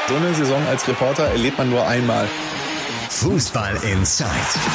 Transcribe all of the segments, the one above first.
So eine Saison als Reporter erlebt man nur einmal. Fußball Inside,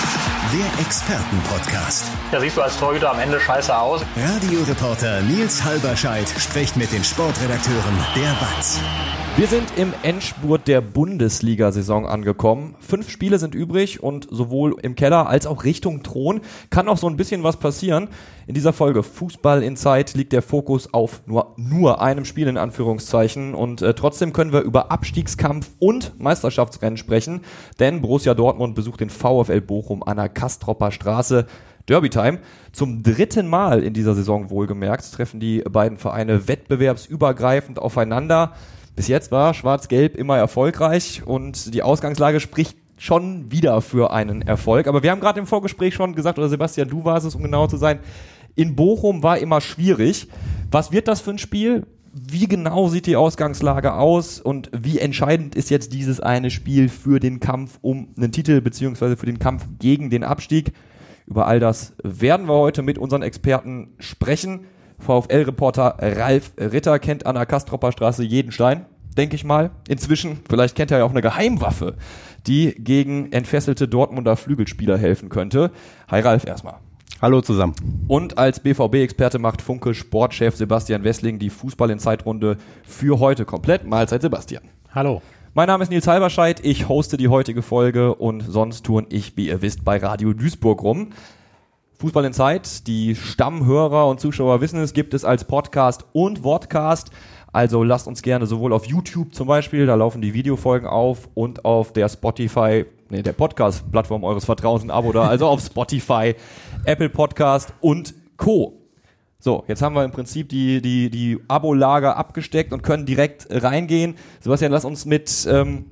der Expertenpodcast. Da siehst du als Torhüter am Ende scheiße aus. Radioreporter Nils Halberscheid spricht mit den Sportredakteuren der WAZ. Wir sind im Endspurt der Bundesliga-Saison angekommen. 5 Spiele sind übrig und sowohl im Keller als auch Richtung Thron kann noch so ein bisschen was passieren. In dieser Folge Fußball Inside liegt der Fokus auf nur einem Spiel in Anführungszeichen und trotzdem können wir über Abstiegskampf und Meisterschaftsrennen sprechen, denn Borussia Dortmund besucht den VfL Bochum an der Castropper Straße. Derby-Time. Zum 3. Mal in dieser Saison wohlgemerkt treffen die beiden Vereine wettbewerbsübergreifend aufeinander. Bis jetzt war Schwarz-Gelb immer erfolgreich und die Ausgangslage spricht schon wieder für einen Erfolg. Aber wir haben gerade im Vorgespräch schon gesagt, oder Sebastian, du warst es, um genau zu sein, in Bochum war immer schwierig. Was wird das für ein Spiel? Wie genau sieht die Ausgangslage aus und wie entscheidend ist jetzt dieses eine Spiel für den Kampf um einen Titel beziehungsweise für den Kampf gegen den Abstieg? Über all das werden wir heute mit unseren Experten sprechen. VfL-Reporter Ralf Ritter kennt an der Castropper Straße jeden Stein, denke ich mal. Inzwischen, vielleicht kennt er ja auch eine Geheimwaffe, die gegen entfesselte Dortmunder Flügelspieler helfen könnte. Hi Ralf erstmal. Hallo zusammen. Und als BVB-Experte macht Funke Sportchef Sebastian Wessling die Fußball-in-Zeitrunde für heute komplett. Mahlzeit Sebastian. Hallo. Mein Name ist Nils Halberscheid, ich hoste die heutige Folge und sonst turn ich, wie ihr wisst, bei Radio Duisburg rum. Fußball in Zeit, die Stammhörer und Zuschauer wissen es, gibt es als Podcast und Vodcast. Also lasst uns gerne sowohl auf YouTube zum Beispiel, da laufen die Videofolgen auf, und auf der der Podcast-Plattform eures Vertrauens ein Abo da, also auf Spotify, Apple Podcast und Co. So, jetzt haben wir im Prinzip die Abo-Lager abgesteckt und können direkt reingehen. Sebastian, lass uns mit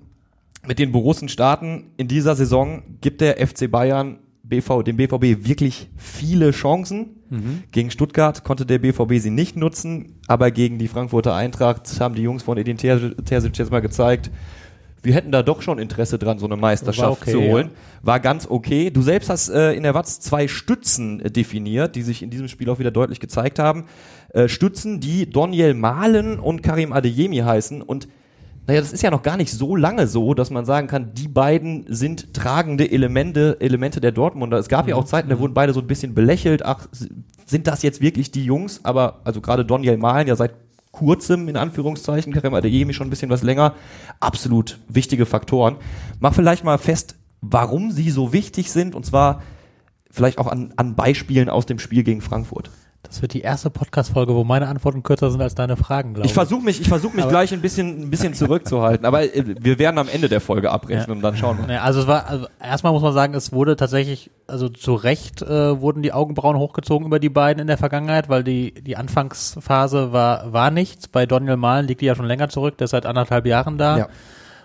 den Borussen starten. In dieser Saison gibt der FC Bayern dem BVB wirklich viele Chancen. Gegen Stuttgart konnte der BVB sie nicht nutzen, aber gegen die Frankfurter Eintracht haben die Jungs von Edin Terzic jetzt mal gezeigt, wir hätten da doch schon Interesse dran, so eine Meisterschaft zu holen. Ja. War ganz okay. Du selbst hast in der WAZ 2 Stützen definiert, die sich in diesem Spiel auch wieder deutlich gezeigt haben. Stützen, die Doniel Malen und Karim Adeyemi heißen, und naja, das ist ja noch gar nicht so lange so, dass man sagen kann, die beiden sind tragende Elemente der Dortmunder. Es gab ja auch Zeiten, da wurden beide so ein bisschen belächelt. Ach, sind das jetzt wirklich die Jungs? Aber also gerade Doniel Malen ja seit kurzem, in Anführungszeichen, Karim Adeyemi schon ein bisschen was länger. Absolut wichtige Faktoren. Mach vielleicht mal fest, warum sie so wichtig sind, und zwar vielleicht auch an Beispielen aus dem Spiel gegen Frankfurt. Das wird die erste Podcast-Folge, wo meine Antworten kürzer sind als deine Fragen, glaube ich. Ich versuche mich gleich ein bisschen zurückzuhalten, aber wir werden am Ende der Folge abrechnen und dann schauen wir. Also erstmal muss man sagen, es wurde tatsächlich, also zu Recht wurden die Augenbrauen hochgezogen über die beiden in der Vergangenheit, weil die Anfangsphase war nichts. Bei Doniel Malen liegt die ja schon länger zurück, der ist seit 1,5 Jahren da. Ja.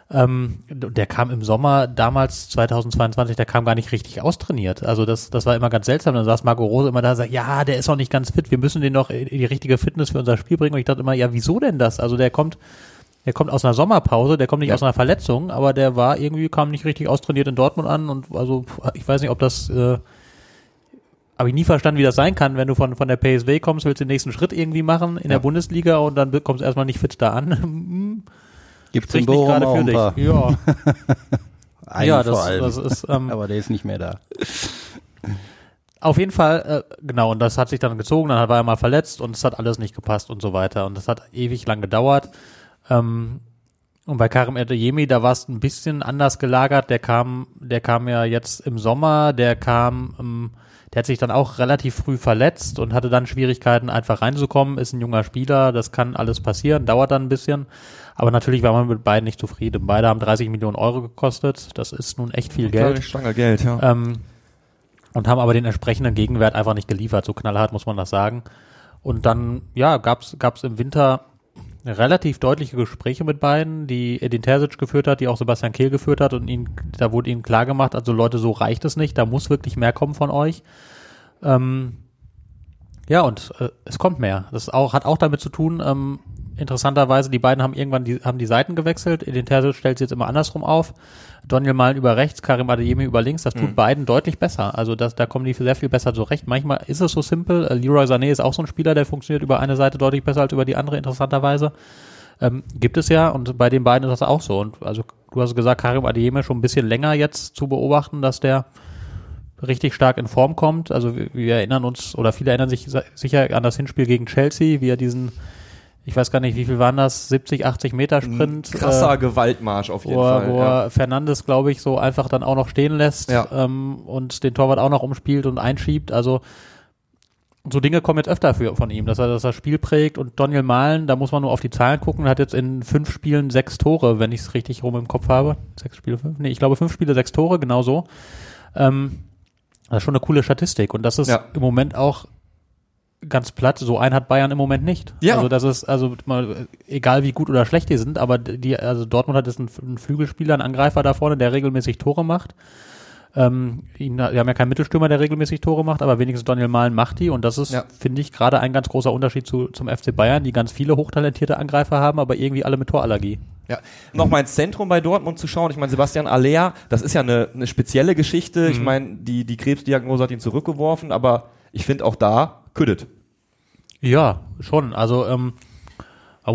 Der kam im Sommer damals 2022, der kam gar nicht richtig austrainiert. Also das war immer ganz seltsam. Dann saß Marco Rose immer da und sagt, ja, der ist noch nicht ganz fit, wir müssen den noch in die richtige Fitness für unser Spiel bringen. Und ich dachte immer, ja, wieso denn das? Also der kommt aus einer Sommerpause, der kommt nicht aus einer Verletzung, aber der kam nicht richtig austrainiert in Dortmund an, und also ich weiß nicht, ob das habe ich nie verstanden, wie das sein kann, wenn du von der PSW kommst, willst den nächsten Schritt irgendwie machen in der Bundesliga und dann kommst du erstmal nicht fit da an. Gibt's in Bochum auch ein paar. Ja. Einen vor allem. Das ist, aber der ist nicht mehr da. Auf jeden Fall, genau, und das hat sich dann gezogen, dann war er mal verletzt und es hat alles nicht gepasst und so weiter, und das hat ewig lang gedauert. Und bei Karim Adeyemi, da war es ein bisschen anders gelagert, der kam ja jetzt im Sommer, der hat sich dann auch relativ früh verletzt und hatte dann Schwierigkeiten, einfach reinzukommen, ist ein junger Spieler, das kann alles passieren, dauert dann ein bisschen, aber natürlich war man mit beiden nicht zufrieden. Beide haben 30 Millionen Euro gekostet, das ist nun echt viel Geld. Stange Geld, ja. Und haben aber den entsprechenden Gegenwert einfach nicht geliefert, so knallhart muss man das sagen. Und dann, ja, gab's im Winter relativ deutliche Gespräche mit beiden, die Edin Terzic geführt hat, die auch Sebastian Kehl geführt hat, und da wurde ihnen klar gemacht, also Leute, so reicht es nicht, da muss wirklich mehr kommen von euch. Ja, und es kommt mehr. Das hat auch damit zu tun, interessanterweise, die beiden haben irgendwann die Seiten gewechselt. Edin Terzic stellt sie jetzt immer andersrum auf. Doniel Malen über rechts, Karim Adeyemi über links. Das tut beiden deutlich besser. Also da kommen die sehr viel besser zurecht. Manchmal ist es so simpel. Leroy Sané ist auch so ein Spieler, der funktioniert über eine Seite deutlich besser als über die andere, interessanterweise. Gibt es ja, und bei den beiden ist das auch so. Und also du hast gesagt, Karim Adeyemi schon ein bisschen länger jetzt zu beobachten, dass der richtig stark in Form kommt. Also wir erinnern uns, oder viele erinnern sich sicher an das Hinspiel gegen Chelsea, wie er diesen, ich weiß gar nicht, wie viel waren das, 70, 80 Meter Sprint. Krasser Gewaltmarsch auf jeden Fall. Wo er Fernandes, glaube ich, so einfach dann auch noch stehen lässt und den Torwart auch noch umspielt und einschiebt. Also so Dinge kommen jetzt öfter von ihm, dass er das Spiel prägt. Und Donyell Malen, da muss man nur auf die Zahlen gucken, hat jetzt in 5 Spielen 6 Tore, wenn ich es richtig rum im Kopf habe. 6 Spiele, 5? Nee, ich glaube 5 Spiele, 6 Tore, genau so. Das ist schon eine coole Statistik. Und das ist im Moment auch ganz platt, so einen hat Bayern im Moment nicht. Ja. Also das ist, also mal, egal wie gut oder schlecht die sind, aber also Dortmund hat jetzt einen Flügelspieler, einen Angreifer da vorne, der regelmäßig Tore macht. Wir haben ja keinen Mittelstürmer, der regelmäßig Tore macht, aber wenigstens Donyell Malen macht die und das ist, finde ich, gerade ein ganz großer Unterschied zum FC Bayern, die ganz viele hochtalentierte Angreifer haben, aber irgendwie alle mit Torallergie. Ja, nochmal ins Zentrum bei Dortmund zu schauen. Ich meine, Sebastian Aller, das ist ja eine spezielle Geschichte. Ich meine, die Krebsdiagnose hat ihn zurückgeworfen, aber ich finde auch da küdet. Ja, schon. Also man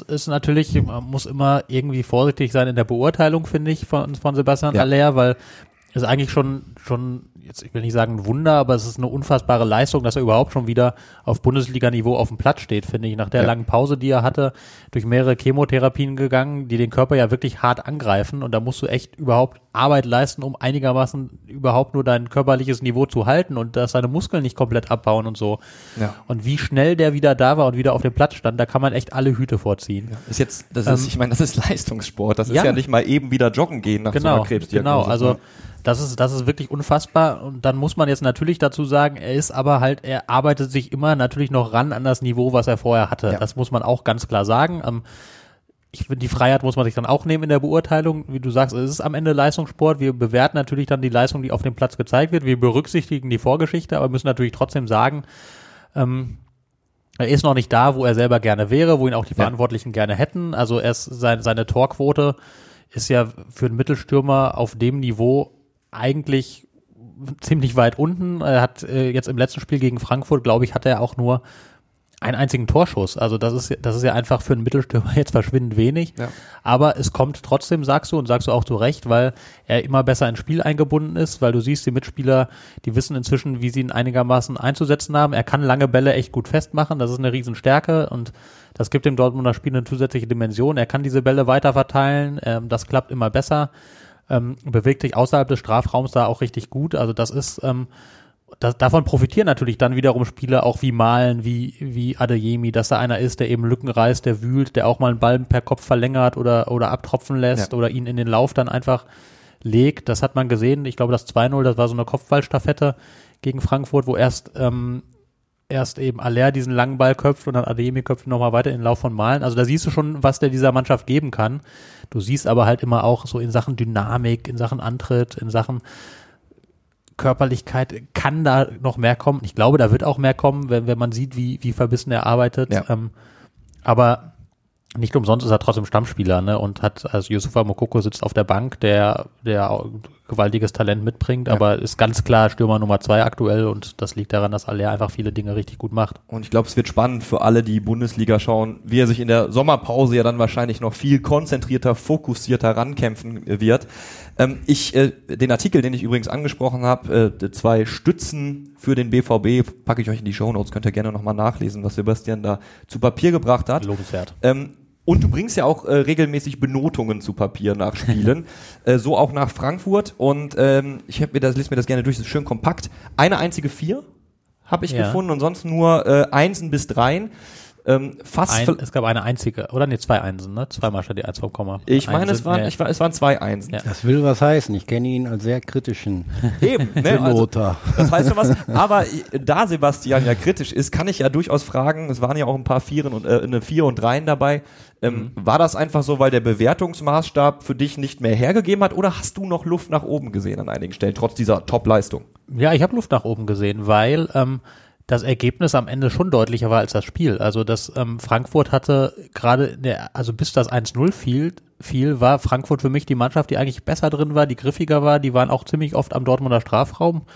muss immer irgendwie vorsichtig sein in der Beurteilung, finde ich, von Sebastian Aller, weil es eigentlich schon, jetzt ich will nicht sagen ein Wunder, aber es ist eine unfassbare Leistung, dass er überhaupt schon wieder auf Bundesliga-Niveau auf dem Platz steht, finde ich. Nach der langen Pause, die er hatte, durch mehrere Chemotherapien gegangen, die den Körper ja wirklich hart angreifen und da musst du echt überhaupt Arbeit leisten, um einigermaßen überhaupt nur dein körperliches Niveau zu halten und dass deine Muskeln nicht komplett abbauen und so. Ja. Und wie schnell der wieder da war und wieder auf dem Platz stand, da kann man echt alle Hüte vorziehen. Ja. Ich meine, das ist Leistungssport. Das ist ja nicht mal eben wieder joggen gehen nach so einer Krebsdiagnose. Genau, also das ist wirklich unfassbar und dann muss man jetzt natürlich dazu sagen, er arbeitet sich immer natürlich noch ran an das Niveau, was er vorher hatte. Ja. Das muss man auch ganz klar sagen. Ich finde, die Freiheit muss man sich dann auch nehmen in der Beurteilung. Wie du sagst, es ist am Ende Leistungssport. Wir bewerten natürlich dann die Leistung, die auf dem Platz gezeigt wird. Wir berücksichtigen die Vorgeschichte, aber müssen natürlich trotzdem sagen, er ist noch nicht da, wo er selber gerne wäre, wo ihn auch die Verantwortlichen gerne hätten. Also seine Torquote ist ja für einen Mittelstürmer auf dem Niveau eigentlich ziemlich weit unten. Er hat jetzt im letzten Spiel gegen Frankfurt, glaube ich, hatte er auch nur einen einzigen Torschuss. Also das ist ja einfach für einen Mittelstürmer jetzt verschwindend wenig. Ja. Aber es kommt trotzdem, sagst du auch zu Recht, weil er immer besser ins Spiel eingebunden ist, weil du siehst, die Mitspieler, die wissen inzwischen, wie sie ihn einigermaßen einzusetzen haben. Er kann lange Bälle echt gut festmachen. Das ist eine Riesenstärke und das gibt dem Dortmunder Spiel eine zusätzliche Dimension. Er kann diese Bälle weiter verteilen. Das klappt immer besser. Bewegt sich außerhalb des Strafraums da auch richtig gut. Also das ist, davon profitieren natürlich dann wiederum Spieler auch wie Malen, wie Adeyemi, dass da einer ist, der eben Lücken reißt, der wühlt, der auch mal einen Ball per Kopf verlängert oder abtropfen lässt oder ihn in den Lauf dann einfach legt. Das hat man gesehen. Ich glaube, das 2-0, das war so eine Kopfballstaffette gegen Frankfurt, wo erst eben Aller diesen langen Ball köpft und dann Adeyemi köpft nochmal weiter in den Lauf von Malen. Also da siehst du schon, was der dieser Mannschaft geben kann. Du siehst aber halt immer auch so in Sachen Dynamik, in Sachen Antritt, in Sachen Körperlichkeit kann da noch mehr kommen. Ich glaube, da wird auch mehr kommen, wenn man sieht, wie verbissen er arbeitet. Ja. Aber nicht umsonst ist er trotzdem Stammspieler, ne? Und also Youssoufa Moukoko sitzt auf der Bank, der gewaltiges Talent mitbringt, aber ist ganz klar Stürmer Nummer 2 aktuell und das liegt daran, dass Aller einfach viele Dinge richtig gut macht. Und ich glaube, es wird spannend für alle, die Bundesliga schauen, wie er sich in der Sommerpause ja dann wahrscheinlich noch viel konzentrierter, fokussierter rankämpfen wird. Den Artikel, den ich übrigens angesprochen habe, 2 Stützen für den BVB, packe ich euch in die Shownotes, könnt ihr gerne nochmal nachlesen, was Sebastian da zu Papier gebracht hat. Lobenswert. Und du bringst ja auch regelmäßig Benotungen zu Papier nach Spielen, so auch nach Frankfurt. Und ich lese mir das gerne durch, das ist schön kompakt. Eine einzige 4 habe ich gefunden und sonst nur 1 bis 3. Es gab eine einzige, oder? Nee, 2 Einsen, ne? Zweimal statt die 1 vom Komma. Ich meine, es waren 2 Einsen. Ja. Das will was heißen. Ich kenne ihn als sehr kritischen Benoter. Also, das heißt schon was. Aber da Sebastian ja kritisch ist, kann ich ja durchaus fragen, es waren ja auch ein paar 4 und 3 dabei. War das einfach so, weil der Bewertungsmaßstab für dich nicht mehr hergegeben hat oder hast du noch Luft nach oben gesehen an einigen Stellen, trotz dieser Top-Leistung? Ja, ich habe Luft nach oben gesehen, weil das Ergebnis am Ende schon deutlicher war als das Spiel. Also das Frankfurt hatte gerade, also bis das 1-0 fiel, war Frankfurt für mich die Mannschaft, die eigentlich besser drin war, die griffiger war, die waren auch ziemlich oft am Dortmunder Strafraum.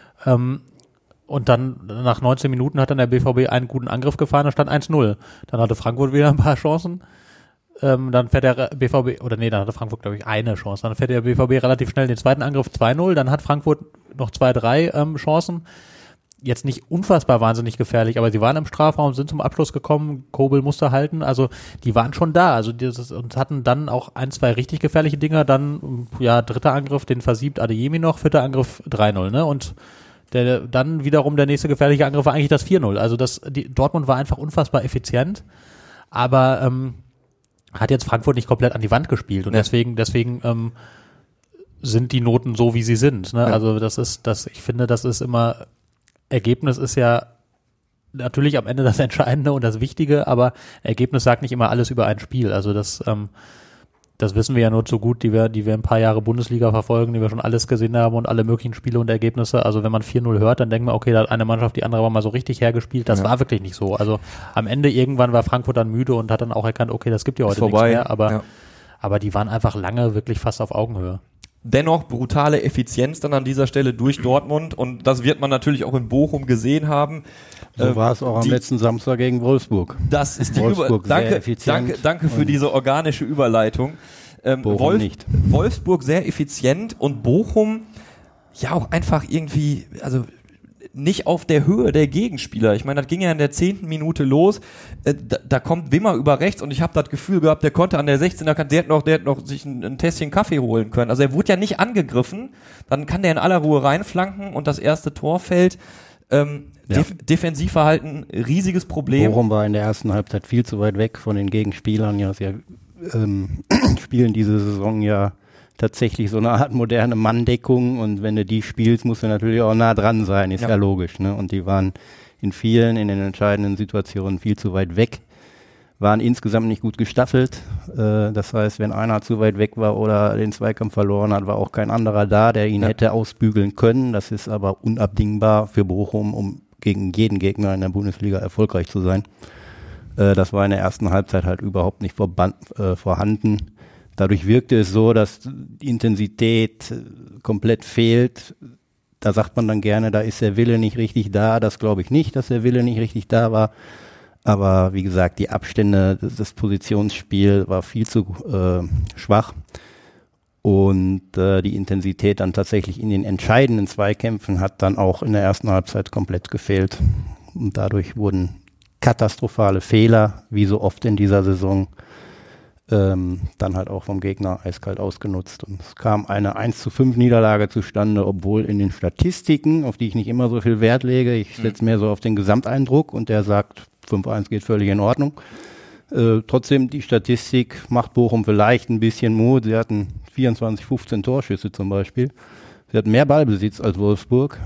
Und dann nach 19 Minuten hat dann der BVB einen guten Angriff gefahren, da stand 1-0. Dann hatte Frankfurt wieder ein paar Chancen. dann fährt der BVB, dann hatte Frankfurt, glaube ich, eine Chance. Dann fährt der BVB relativ schnell in den zweiten Angriff 2-0. Dann hat Frankfurt noch 2-3 Chancen. Jetzt nicht unfassbar wahnsinnig gefährlich, aber sie waren im Strafraum, sind zum Abschluss gekommen, Kobel musste halten, also die waren schon da, also und hatten dann auch 1-2 richtig gefährliche Dinger, dann, dritter Angriff, den versiebt Adeyemi noch, vierter Angriff 3-0, ne, und dann wiederum der nächste gefährliche Angriff war eigentlich das 4-0, also Dortmund war einfach unfassbar effizient, aber hat jetzt Frankfurt nicht komplett an die Wand gespielt und deswegen sind die Noten so, wie sie sind, ne, also ich finde, das ist immer Ergebnis ist ja natürlich am Ende das Entscheidende und das Wichtige, aber Ergebnis sagt nicht immer alles über ein Spiel. Also das wissen wir ja nur zu gut, die wir ein paar Jahre Bundesliga verfolgen, die wir schon alles gesehen haben und alle möglichen Spiele und Ergebnisse. Also wenn man 4-0 hört, dann denkt man, okay, da hat eine Mannschaft die andere aber mal so richtig hergespielt. Das war wirklich nicht so. Also am Ende irgendwann war Frankfurt dann müde und hat dann auch erkannt, okay, das gibt ja heute nichts mehr. Aber die waren einfach lange wirklich fast auf Augenhöhe. Dennoch brutale Effizienz dann an dieser Stelle durch Dortmund und das wird man natürlich auch in Bochum gesehen haben. So war es auch am letzten Samstag gegen Wolfsburg. Das ist die Danke für diese organische Überleitung. Wolfsburg sehr effizient und Bochum ja auch einfach irgendwie, also nicht auf der Höhe der Gegenspieler. Ich meine, das ging ja in der 10. Minute los. Da kommt Wimmer über rechts und ich habe das Gefühl gehabt, der konnte an der 16er Kante, der hat noch sich ein Tässchen Kaffee holen können. Also er wurde ja nicht angegriffen. Dann kann der in aller Ruhe reinflanken und das erste Tor fällt. Defensivverhalten, riesiges Problem. Bochum war in der ersten Halbzeit viel zu weit weg von den Gegenspielern. Ja, sie spielen diese Saison ja tatsächlich so eine Art moderne Manndeckung und wenn du die spielst, musst du natürlich auch nah dran sein, ist ja logisch, ne? Und die waren in den entscheidenden Situationen viel zu weit weg, waren insgesamt nicht gut gestaffelt, das heißt, wenn einer zu weit weg war oder den Zweikampf verloren hat, war auch kein anderer da, der ihn hätte ausbügeln können, das ist aber unabdingbar für Bochum, um gegen jeden Gegner in der Bundesliga erfolgreich zu sein. Das war in der ersten Halbzeit halt überhaupt nicht vorhanden. Dadurch wirkte es so, dass die Intensität komplett fehlt. Da sagt man dann gerne, da ist der Wille nicht richtig da. Das glaube ich nicht, dass der Wille nicht richtig da war. Aber wie gesagt, die Abstände, das Positionsspiel war viel zu schwach. Und die Intensität dann tatsächlich in den entscheidenden Zweikämpfen hat dann auch in der ersten Halbzeit komplett gefehlt. Und dadurch wurden katastrophale Fehler, wie so oft in dieser Saison, dann halt auch vom Gegner eiskalt ausgenutzt. Und es kam eine 1:5 Niederlage zustande, obwohl in den Statistiken, auf die ich nicht immer so viel Wert lege, ich setze mehr so auf den Gesamteindruck und der sagt, 5-1 geht völlig in Ordnung. Trotzdem, die Statistik macht Bochum vielleicht ein bisschen Mut. Sie hatten 24-15 Torschüsse zum Beispiel. Sie hatten mehr Ballbesitz als Wolfsburg.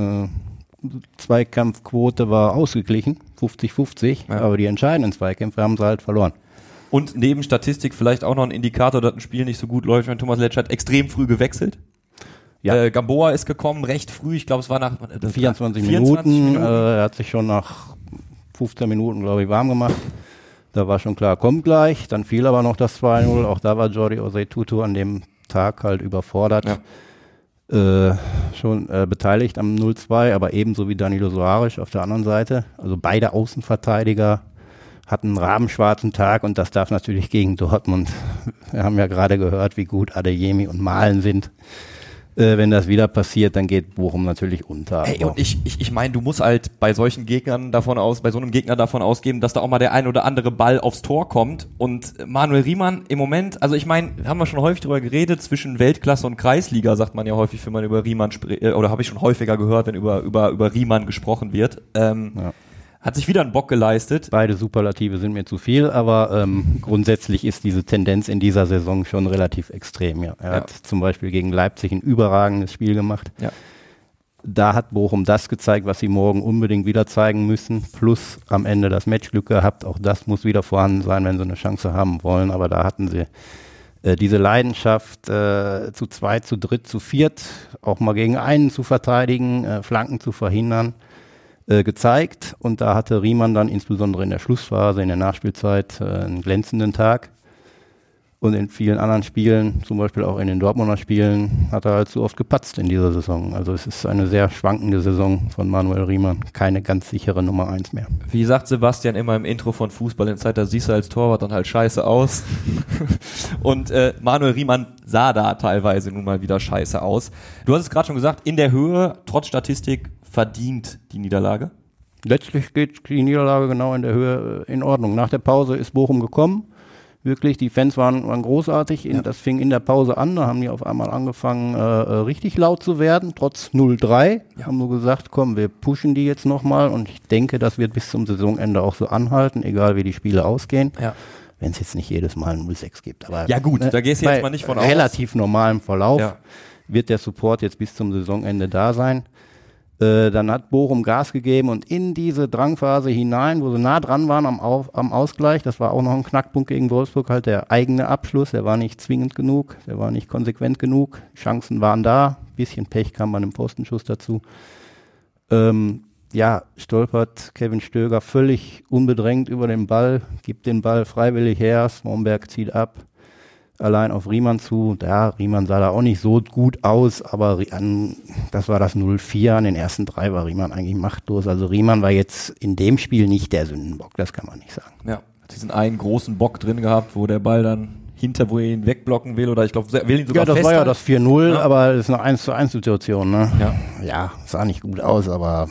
Zweikampfquote war ausgeglichen, 50-50, aber die entscheidenden Zweikämpfe haben sie halt verloren. Und neben Statistik vielleicht auch noch ein Indikator, dass ein Spiel nicht so gut läuft, wenn Thomas Letsch hat extrem früh gewechselt. Ja. Gamboa ist gekommen, recht früh, ich glaube es war nach 24 Minuten. Er hat sich schon nach 15 Minuten, glaube ich, warm gemacht. Da war schon klar, kommt gleich. Dann fiel aber noch das 2-0. Auch da war Jordi Osei-Tutu an dem Tag halt überfordert. Ja. Schon beteiligt am 0-2, aber ebenso wie Danilo Soares auf der anderen Seite. Also beide Außenverteidiger hatten einen rabenschwarzen Tag und das darf natürlich gegen Dortmund. Wir haben ja gerade gehört, wie gut Adeyemi und Malen sind. Wenn das wieder passiert, dann geht Bochum natürlich unter. Hey, und ich meine, du musst halt bei solchen Gegnern bei so einem Gegner davon ausgehen, dass da auch mal der ein oder andere Ball aufs Tor kommt. Und Manuel Riemann im Moment, also ich meine, haben wir schon häufig drüber geredet, zwischen Weltklasse und Kreisliga, sagt man ja häufig, wenn man über Riemann spricht, oder habe ich schon häufiger gehört, wenn über Riemann gesprochen wird. Hat sich wieder einen Bock geleistet. Beide Superlative sind mir zu viel, aber grundsätzlich ist diese Tendenz in dieser Saison schon relativ extrem. Ja. Er hat zum Beispiel gegen Leipzig ein überragendes Spiel gemacht. Ja. Da hat Bochum das gezeigt, was sie morgen unbedingt wieder zeigen müssen, plus am Ende das Matchglück gehabt. Auch das muss wieder vorhanden sein, wenn sie eine Chance haben wollen, aber da hatten sie diese Leidenschaft zu zweit, zu dritt, zu viert, auch mal gegen einen zu verteidigen, Flanken zu verhindern, gezeigt, und da hatte Riemann dann insbesondere in der Schlussphase, in der Nachspielzeit einen glänzenden Tag. Und in vielen anderen Spielen, zum Beispiel auch in den Dortmunder Spielen, hat er halt so oft gepatzt in dieser Saison. Also es ist eine sehr schwankende Saison von Manuel Riemann. Keine ganz sichere Nummer 1 mehr. Wie sagt Sebastian immer im Intro von Fußball in Zeit, da siehst du als Torwart dann halt scheiße aus. Und Manuel Riemann sah da teilweise nun mal wieder scheiße aus. Du hast es gerade schon gesagt, in der Höhe, trotz Statistik, verdient die Niederlage? Letztlich geht die Niederlage genau in der Höhe in Ordnung. Nach der Pause ist Bochum gekommen. Wirklich, die Fans waren großartig. Das fing in der Pause an. Da haben die auf einmal angefangen, richtig laut zu werden, trotz 0-3. Haben nur gesagt, komm, wir pushen die jetzt nochmal. Und ich denke, das wird bis zum Saisonende auch so anhalten, egal wie die Spiele ausgehen. Ja. Wenn es jetzt nicht jedes Mal 0-6 gibt. Aber ja gut, da gehst du jetzt mal nicht von aus. Relativ normalem Verlauf wird der Support jetzt bis zum Saisonende da sein. Dann hat Bochum Gas gegeben und in diese Drangphase hinein, wo sie nah dran waren am Ausgleich, das war auch noch ein Knackpunkt gegen Wolfsburg, halt der eigene Abschluss, der war nicht zwingend genug, der war nicht konsequent genug, Chancen waren da, bisschen Pech kam bei einem Pfostenschuss dazu. Stolpert Kevin Stöger völlig unbedrängt über den Ball, gibt den Ball freiwillig her, Swanberg zieht ab. Allein auf Riemann zu. Ja, Riemann sah da auch nicht so gut aus, aber das war das 0-4. An den ersten 3 war Riemann eigentlich machtlos. Also Riemann war jetzt in dem Spiel nicht der Sündenbock, das kann man nicht sagen. Ja, diesen einen großen Bock drin gehabt, wo der Ball dann wo er ihn wegblocken will oder ich glaube, will ihn sogar das festhalten. War ja das 4-0, aber das ist eine 1-1-Situation. Ne? Ja, sah nicht gut aus, aber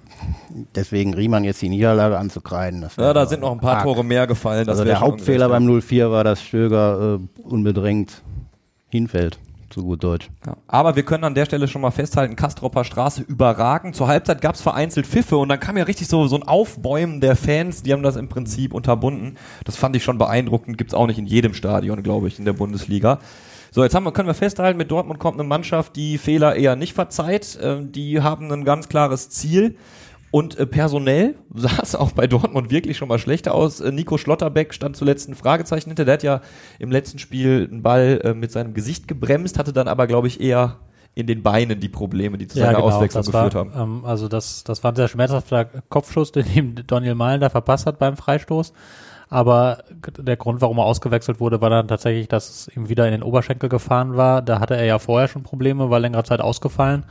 deswegen Riemann jetzt die Niederlage anzukreiden. Da sind noch ein paar Tore mehr gefallen. Also der Hauptfehler beim 0-4 war, dass Stöger unbedrängt hinfällt, zu gut Deutsch. Ja. Aber wir können an der Stelle schon mal festhalten, Kastropper Straße überragend. Zur Halbzeit gab es vereinzelt Pfiffe und dann kam ja richtig so ein Aufbäumen der Fans, die haben das im Prinzip unterbunden. Das fand ich schon beeindruckend, gibt's auch nicht in jedem Stadion, glaube ich, in der Bundesliga. So, jetzt können wir festhalten, mit Dortmund kommt eine Mannschaft, die Fehler eher nicht verzeiht. Die haben ein ganz klares Ziel. Und personell sah es auch bei Dortmund wirklich schon mal schlechter aus. Nico Schlotterbeck stand zuletzt ein Fragezeichen hinter. Der hat ja im letzten Spiel einen Ball mit seinem Gesicht gebremst, hatte dann aber, glaube ich, eher in den Beinen die Probleme, die zu seiner Auswechslung geführt haben. Also das war ein sehr schmerzhafter Kopfschuss, den ihm Daniel Mahlen da verpasst hat beim Freistoß. Aber der Grund, warum er ausgewechselt wurde, war dann tatsächlich, dass es ihm wieder in den Oberschenkel gefahren war. Da hatte er ja vorher schon Probleme, war längere Zeit ausgefallen.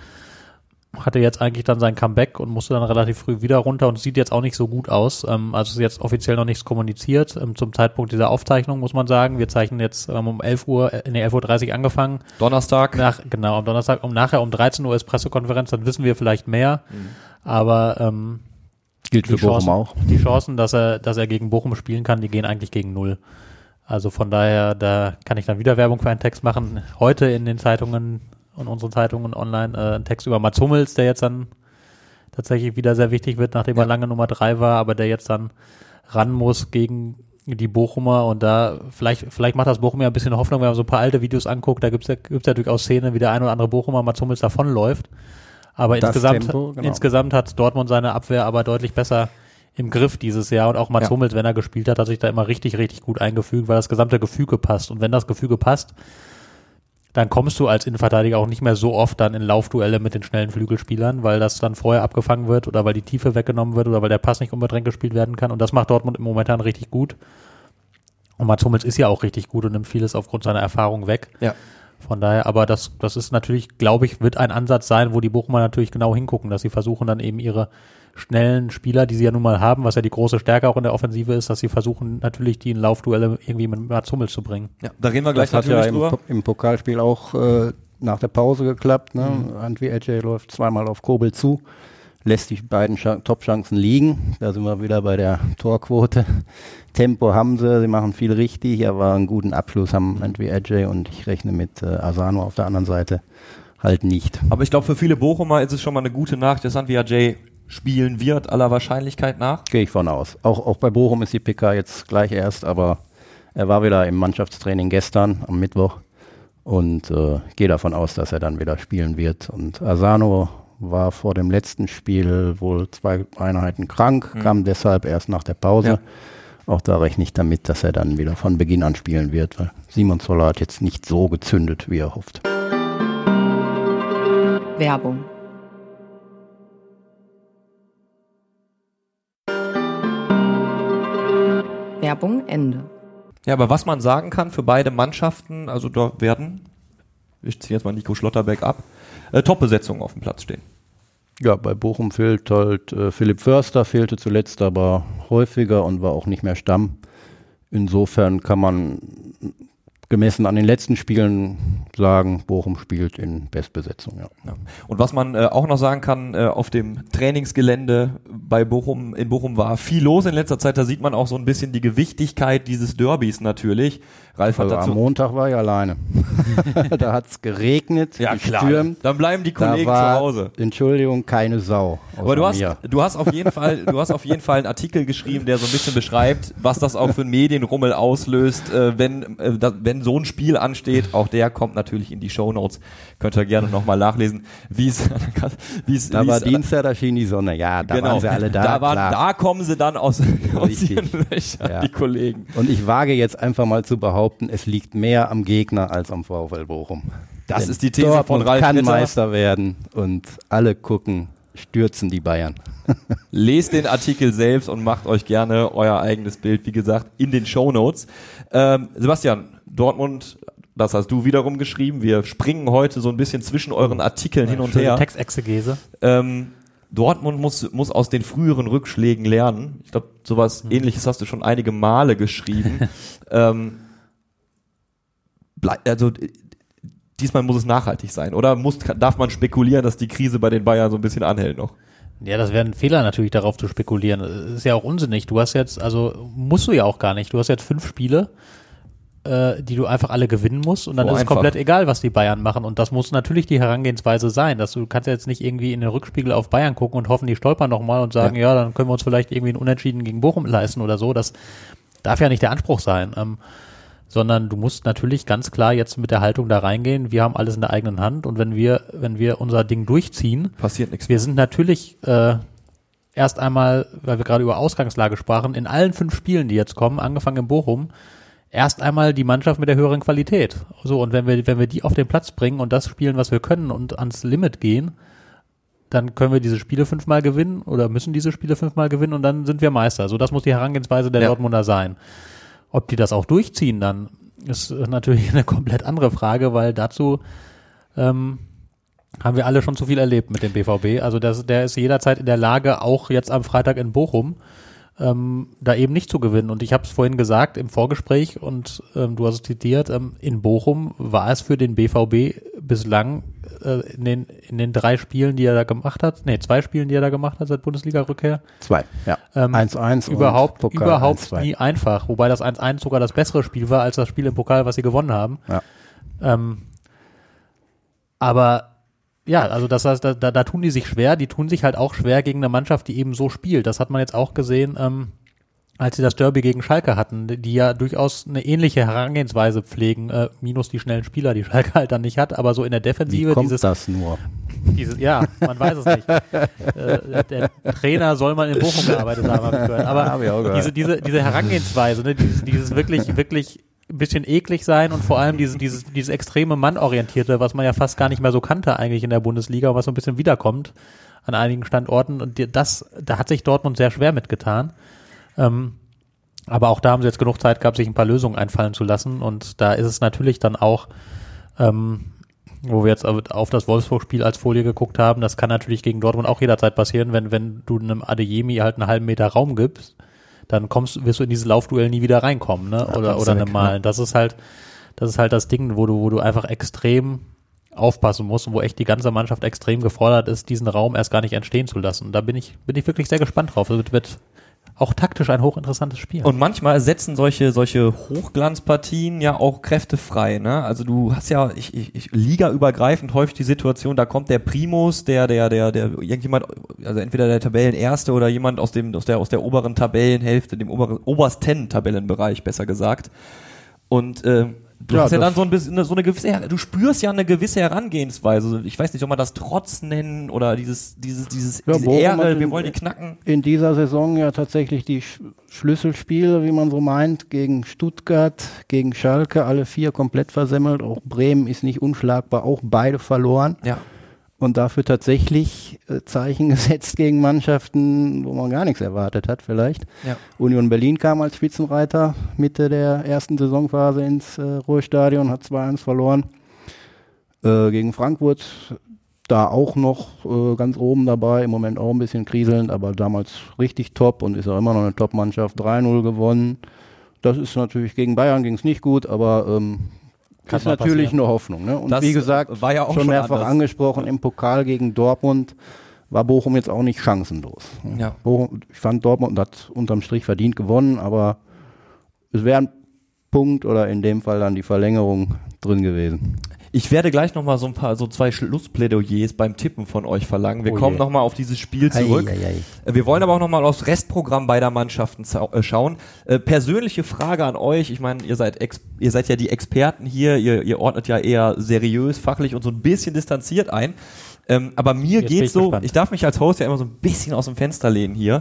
Hatte jetzt eigentlich dann sein Comeback und musste dann relativ früh wieder runter und sieht jetzt auch nicht so gut aus. Also ist jetzt offiziell noch nichts kommuniziert. Zum Zeitpunkt dieser Aufzeichnung muss man sagen, wir zeichnen jetzt um 11:30 Uhr angefangen. Donnerstag. Am Donnerstag. Nachher um 13 Uhr ist Pressekonferenz, dann wissen wir vielleicht mehr. Aber gilt für Bochum auch. Die Chancen, dass er gegen Bochum spielen kann, die gehen eigentlich gegen 0. Also von daher, da kann ich dann wieder Werbung für einen Text machen. Heute in den Zeitungen und unseren Zeitungen online ein Text über Mats Hummels, der jetzt dann tatsächlich wieder sehr wichtig wird, nachdem er lange Nummer 3 war, aber der jetzt dann ran muss gegen die Bochumer und da vielleicht macht das Bochum ja ein bisschen Hoffnung, wenn man so ein paar alte Videos anguckt, da gibt's ja durchaus Szenen, wie der ein oder andere Bochumer Mats Hummels davonläuft, aber insgesamt hat Dortmund seine Abwehr aber deutlich besser im Griff dieses Jahr und auch Mats Hummels, wenn er gespielt hat sich da immer richtig, richtig gut eingefügt, weil das gesamte Gefüge passt und wenn das Gefüge passt, dann kommst du als Innenverteidiger auch nicht mehr so oft dann in Laufduelle mit den schnellen Flügelspielern, weil das dann vorher abgefangen wird oder weil die Tiefe weggenommen wird oder weil der Pass nicht unbedingt gespielt werden kann. Und das macht Dortmund im Momentan richtig gut. Und Mats Hummels ist ja auch richtig gut und nimmt vieles aufgrund seiner Erfahrung weg. Ja. Von daher, aber das ist natürlich, glaube ich, wird ein Ansatz sein, wo die Bochumer natürlich genau hingucken, dass sie versuchen dann eben ihre schnellen Spieler, die sie ja nun mal haben, was ja die große Stärke auch in der Offensive ist, dass sie versuchen natürlich die in Laufduelle irgendwie mit Mats Hummels zu bringen. Ja, da reden wir gleich das natürlich hat ja drüber. Im Pokalspiel auch nach der Pause geklappt. Ne? Antwi Ece läuft zweimal auf Kobel zu, lässt die beiden Top-Chancen liegen. Da sind wir wieder bei der Torquote. Tempo haben sie machen viel richtig, aber einen guten Abschluss haben Antwi Ece und ich rechne mit Asano auf der anderen Seite halt nicht. Aber ich glaube, für viele Bochumer ist es schon mal eine gute Nachricht, dass Antwi Ece spielen wird, aller Wahrscheinlichkeit nach. Gehe ich von aus. Auch bei Bochum ist die PK jetzt gleich erst, aber er war wieder im Mannschaftstraining gestern am Mittwoch und gehe davon aus, dass er dann wieder spielen wird. Und Asano war vor dem letzten Spiel wohl 2 Einheiten krank, kam deshalb erst nach der Pause. Ja. Auch da rechne ich damit, dass er dann wieder von Beginn an spielen wird, weil Simon Zoller hat jetzt nicht so gezündet, wie er hofft. Werbung. Werbung Ende. Ja, aber was man sagen kann für beide Mannschaften, also da werden, ich ziehe jetzt mal Nico Schlotterbeck ab, Top-Besetzungen auf dem Platz stehen. Ja, bei Bochum fehlt halt Philipp Förster, fehlte zuletzt aber häufiger und war auch nicht mehr Stamm. Insofern kann man gemessen an den letzten Spielen sagen, Bochum spielt in Bestbesetzung. Ja. Ja. Und was man auch noch sagen kann, auf dem Trainingsgelände in Bochum war viel los in letzter Zeit. Da sieht man auch so ein bisschen die Gewichtigkeit dieses Derbys natürlich. Ralf hat dazu am Montag war ich alleine. Da hat es geregnet, ja, klar. gestürmt. Dann bleiben die Kollegen zu Hause. Entschuldigung, keine Sau. Aber du hast auf jeden Fall einen Artikel geschrieben, der so ein bisschen beschreibt, was das auch für einen Medienrummel auslöst, wenn so ein Spiel ansteht. Auch der kommt natürlich in die Shownotes. Könnt ihr gerne nochmal nachlesen, Da war Dienstag, da schien die Sonne. Ja, da waren sie alle da. Da kommen sie dann aus ihren Löchern, die Kollegen. Und ich wage jetzt einfach mal zu behaupten, es liegt mehr am Gegner als am VfL Bochum. Das Denn ist die These Dortmund von Ralf kann Ritter. Meister werden und alle gucken, stürzen die Bayern. Lest den Artikel selbst und macht euch gerne euer eigenes Bild, wie gesagt, in den Shownotes. Sebastian, Dortmund, das hast du wiederum geschrieben. Wir springen heute so ein bisschen zwischen euren Artikeln hin und her. Textexegese. Dortmund muss aus den früheren Rückschlägen lernen. Ich glaube, sowas Ähnliches hast du schon einige Male geschrieben. Diesmal muss es nachhaltig sein, oder darf man spekulieren, dass die Krise bei den Bayern so ein bisschen anhält noch? Ja, das wäre ein Fehler natürlich, darauf zu spekulieren. Das ist ja auch unsinnig. Du hast jetzt, musst du ja auch gar nicht. Du hast jetzt 5 Spiele, die du einfach alle gewinnen musst und dann ist es komplett egal, was die Bayern machen. Und das muss natürlich die Herangehensweise sein, dass du kannst ja jetzt nicht irgendwie in den Rückspiegel auf Bayern gucken und hoffen, die stolpern nochmal und sagen, ja, dann können wir uns vielleicht irgendwie einen Unentschieden gegen Bochum leisten oder so. Das darf ja nicht der Anspruch sein. Sondern du musst natürlich ganz klar jetzt mit der Haltung da reingehen, wir haben alles in der eigenen Hand und wenn wir unser Ding durchziehen, passiert nichts. Wir sind natürlich erst einmal, weil wir gerade über Ausgangslage sprachen, in allen 5 Spielen, die jetzt kommen, angefangen in Bochum, erst einmal die Mannschaft mit der höheren Qualität. So, und wenn wir die auf den Platz bringen und das spielen, was wir können und ans Limit gehen, dann können wir diese Spiele 5-mal gewinnen oder müssen diese Spiele 5-mal gewinnen und dann sind wir Meister. So, das muss die Herangehensweise der Dortmunder sein. Ob die das auch durchziehen dann, ist natürlich eine komplett andere Frage, weil dazu haben wir alle schon zu viel erlebt mit dem BVB. Also der ist jederzeit in der Lage, auch jetzt am Freitag in Bochum, da eben nicht zu gewinnen. Und ich habe es vorhin gesagt im Vorgespräch und du hast es zitiert, in Bochum war es für den BVB bislang in den 3 Spielen, die er da gemacht hat, 2 Spielen, die er da gemacht hat seit Bundesliga-Rückkehr. 2, ja. 1-1 überhaupt Pokal 1-2. Nie einfach, wobei das 1-1 sogar das bessere Spiel war als das Spiel im Pokal, was sie gewonnen haben. Ja. Aber ja, also das heißt, da tun die sich schwer, die tun sich halt auch schwer gegen eine Mannschaft, die eben so spielt. Das hat man jetzt auch gesehen, als sie das Derby gegen Schalke hatten, die ja durchaus eine ähnliche Herangehensweise pflegen, minus die schnellen Spieler, die Schalke halt dann nicht hat, aber so in der Defensive. Wie kommt das nur? Ja, man weiß es nicht. Der Trainer soll mal in Bochum gearbeitet haben, habe ich gehört. Aber diese Herangehensweise, ne, dieses wirklich ein bisschen eklig sein und vor allem dieses extreme Mannorientierte, was man ja fast gar nicht mehr so kannte eigentlich in der Bundesliga und was so ein bisschen wiederkommt an einigen Standorten. Und da hat sich Dortmund sehr schwer mitgetan. Aber auch da haben sie jetzt genug Zeit gehabt, sich ein paar Lösungen einfallen zu lassen. Und da ist es natürlich dann auch, wo wir jetzt auf das Wolfsburg-Spiel als Folie geguckt haben, das kann natürlich gegen Dortmund auch jederzeit passieren, wenn du einem Adeyemi halt einen halben Meter Raum gibst, dann wirst du in dieses Laufduell nie wieder reinkommen, ne? Oder einem Malen. Das ist halt das Ding, wo du einfach extrem aufpassen musst und wo echt die ganze Mannschaft extrem gefordert ist, diesen Raum erst gar nicht entstehen zu lassen. Da bin ich wirklich sehr gespannt drauf. Das wird auch taktisch ein hochinteressantes Spiel. Und manchmal setzen solche Hochglanzpartien ja auch Kräfte frei, ne? Also du hast ja ligaübergreifend häufig die Situation, da kommt der Primus, der irgendjemand, also entweder der Tabellenerste oder jemand aus der oberen Tabellenhälfte, dem obersten Tabellenbereich, besser gesagt. Und du hast ja dann so ein bisschen du spürst ja eine gewisse Herangehensweise. Ich weiß nicht, soll man das Trotz nennen oder diese Ehre, wir wollen die knacken. In dieser Saison ja tatsächlich die Schlüsselspiele, wie man so meint, gegen Stuttgart, gegen Schalke, alle 4 komplett versemmelt. Auch Bremen ist nicht unschlagbar, auch beide verloren. Ja. und dafür tatsächlich Zeichen gesetzt gegen Mannschaften, wo man gar nichts erwartet hat vielleicht. Ja. Union Berlin kam als Spitzenreiter Mitte der ersten Saisonphase ins Ruhrstadion, hat 2-1 verloren. Gegen Frankfurt da auch noch ganz oben dabei, im Moment auch ein bisschen kriselnd, aber damals richtig top und ist auch immer noch eine Top-Mannschaft, 3-0 gewonnen. Das ist natürlich, gegen Bayern ging es nicht gut, aber ist natürlich eine Hoffnung. Ne? Und das wie gesagt, war ja auch schon mehrfach anders angesprochen, im Pokal gegen Dortmund war Bochum jetzt auch nicht chancenlos. Ja. Bochum, ich fand, Dortmund hat unterm Strich verdient gewonnen, aber es wäre ein Punkt oder in dem Fall dann die Verlängerung drin gewesen. Ich werde gleich nochmal so 2 Schlussplädoyers beim Tippen von euch verlangen. Wir kommen nochmal auf dieses Spiel zurück. Wir wollen aber auch nochmal aufs Restprogramm beider Mannschaften schauen. Persönliche Frage an euch. Ich meine, ihr seid ja die Experten hier. Ihr ordnet ja eher seriös, fachlich und so ein bisschen distanziert ein. Aber mir Jetzt geht's so, gespannt. ich darf mich als Host ja immer so ein bisschen aus dem Fenster lehnen hier.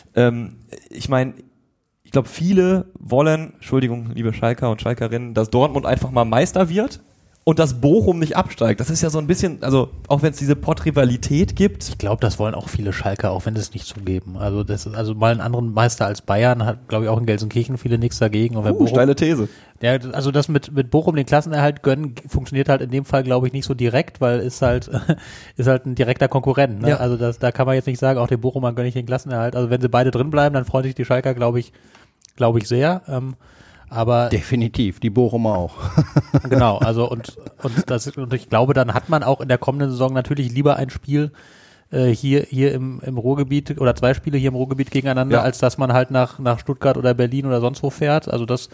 Ich meine, ich glaube, viele wollen, Entschuldigung, liebe Schalker und Schalkerinnen, dass Dortmund einfach mal Meister wird. Und dass Bochum nicht absteigt. Das ist ja so ein bisschen, also auch wenn es diese Pott-Rivalität gibt. Ich glaube, das wollen auch viele Schalker, auch wenn sie es nicht zugeben. Also das ist, also mal einen anderen Meister als Bayern hat, glaube ich, auch in Gelsenkirchen viele nichts dagegen. Und wenn Bochum, Steile These. ja, also das mit Bochum den Klassenerhalt gönnen, funktioniert halt in dem Fall, glaube ich, nicht so direkt, weil ist halt ein direkter Konkurrent. Ne? Ja. Also da kann man jetzt nicht sagen, auch den Bochumern gönne ich den Klassenerhalt. Also wenn sie beide drin bleiben, dann freuen sich die Schalker, glaube ich sehr. Aber Definitiv, die Bochumer auch. genau, also und ich glaube, dann hat man auch in der kommenden Saison natürlich lieber ein Spiel hier im Ruhrgebiet oder 2 Spiele hier im Ruhrgebiet gegeneinander, als dass man halt nach Stuttgart oder Berlin oder sonst wo fährt. Also das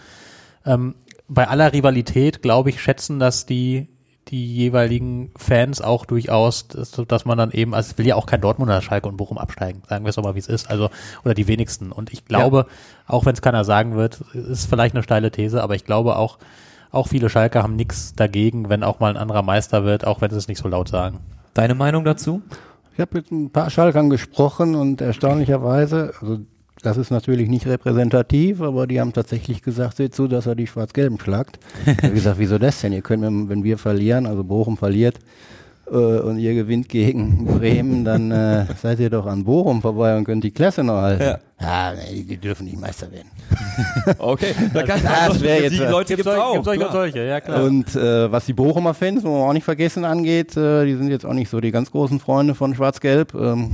bei aller Rivalität, glaube ich, schätzen das die jeweiligen Fans auch durchaus, dass man dann eben, also es will ja auch kein Dortmunder, Schalke und Bochum absteigen, sagen wir es doch mal, wie es ist, also, oder die wenigsten. Und ich glaube, auch wenn es keiner sagen wird, ist vielleicht eine steile These, aber ich glaube auch viele Schalker haben nichts dagegen, wenn auch mal ein anderer Meister wird, auch wenn sie es nicht so laut sagen. Deine Meinung dazu? Ich habe mit ein paar Schalkern gesprochen und erstaunlicherweise, also das ist natürlich nicht repräsentativ, aber die haben tatsächlich gesagt, seht zu, dass er die Schwarz-Gelben schlagt. Ich habe gesagt, wieso das denn? Ihr könnt mir, wenn wir verlieren, also Bochum verliert und ihr gewinnt gegen Bremen, dann seid ihr doch an Bochum vorbei und könnt die Klasse noch halten. Ja, nee, die dürfen nicht Meister werden. Okay, da kann Das wäre jetzt, die Leute gibt's auch. Gibt's solche, ja klar. Und was die Bochumer Fans, muss man auch nicht vergessen, angeht, die sind jetzt auch nicht so die ganz großen Freunde von Schwarz-Gelb.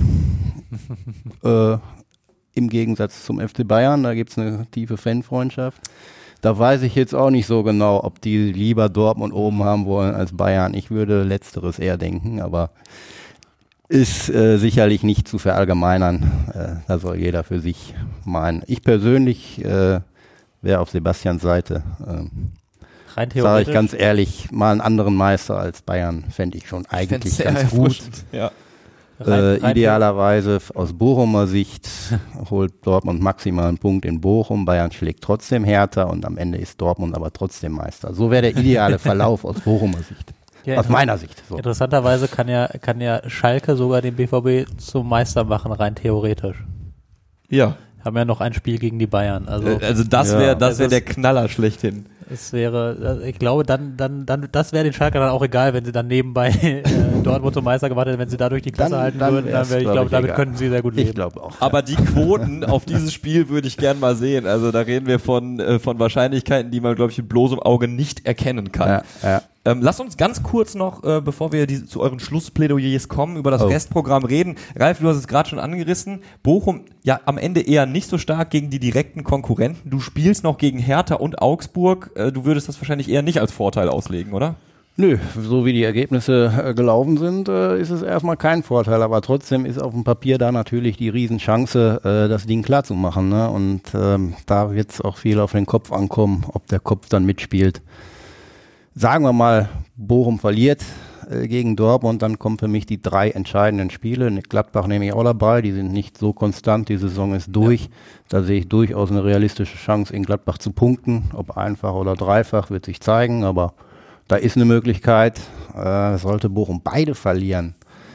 Im Gegensatz zum FC Bayern, da gibt's eine tiefe Fanfreundschaft. Da weiß ich jetzt auch nicht so genau, ob die lieber Dortmund oben haben wollen als Bayern. Ich würde Letzteres eher denken, aber ist sicherlich nicht zu verallgemeinern. Da soll jeder für sich meinen. Ich persönlich wäre auf Sebastians Seite. Rein Sage ich theoretisch. ganz ehrlich, mal einen anderen Meister als Bayern fände ich schon eigentlich ganz gut. Ja. Rein Idealerweise aus Bochumer Sicht holt Dortmund maximal einen Punkt in Bochum, Bayern schlägt trotzdem Hertha und am Ende ist Dortmund aber trotzdem Meister. So wäre der ideale Verlauf aus Bochumer Sicht. Ja, aus meiner Sicht. So. Interessanterweise kann ja Schalke sogar den BVB zum Meister machen, rein theoretisch. Ja. Haben ja noch ein Spiel gegen die Bayern. Also Das Ja. wäre Das ist- der Knaller schlechthin. es wäre, ich glaube, dann das wäre den Schalker dann auch egal, wenn sie dann nebenbei Dortmund zum Meister gemacht hätten, wenn sie dadurch die Klasse Dann- halten dann würden, dann wär's, wäre, ich glaub glaube, ich, damit egal. könnten sie sehr gut leben. Ich glaube auch. Aber die Quoten auf dieses Spiel würde ich gern mal sehen. Also da reden wir von Wahrscheinlichkeiten, die man, glaube ich, mit bloßem Auge nicht erkennen kann. Ja. Lasst uns ganz kurz noch, bevor wir zu euren Schlussplädoyers kommen, über das Restprogramm reden. Ralf, du hast es gerade schon angerissen. Bochum ja am Ende eher nicht so stark gegen die direkten Konkurrenten. Du spielst noch gegen Hertha und Augsburg. Du würdest das wahrscheinlich eher nicht als Vorteil auslegen, oder? Nö, so wie die Ergebnisse gelaufen sind, ist es erstmal kein Vorteil, aber trotzdem ist auf dem Papier da natürlich die Riesenchance, das Ding klar zu machen. Ne? Und da wird es auch viel auf den Kopf ankommen, ob der Kopf dann mitspielt. Sagen wir mal, Bochum verliert gegen Dortmund, dann kommen für mich die 3 entscheidenden Spiele. Gladbach nehme ich auch dabei, die sind nicht so konstant, die Saison ist durch. Ja. Da sehe ich durchaus eine realistische Chance, in Gladbach zu punkten. Ob einfach oder dreifach, wird sich zeigen, aber da ist eine Möglichkeit. Sollte Bochum beide verlieren,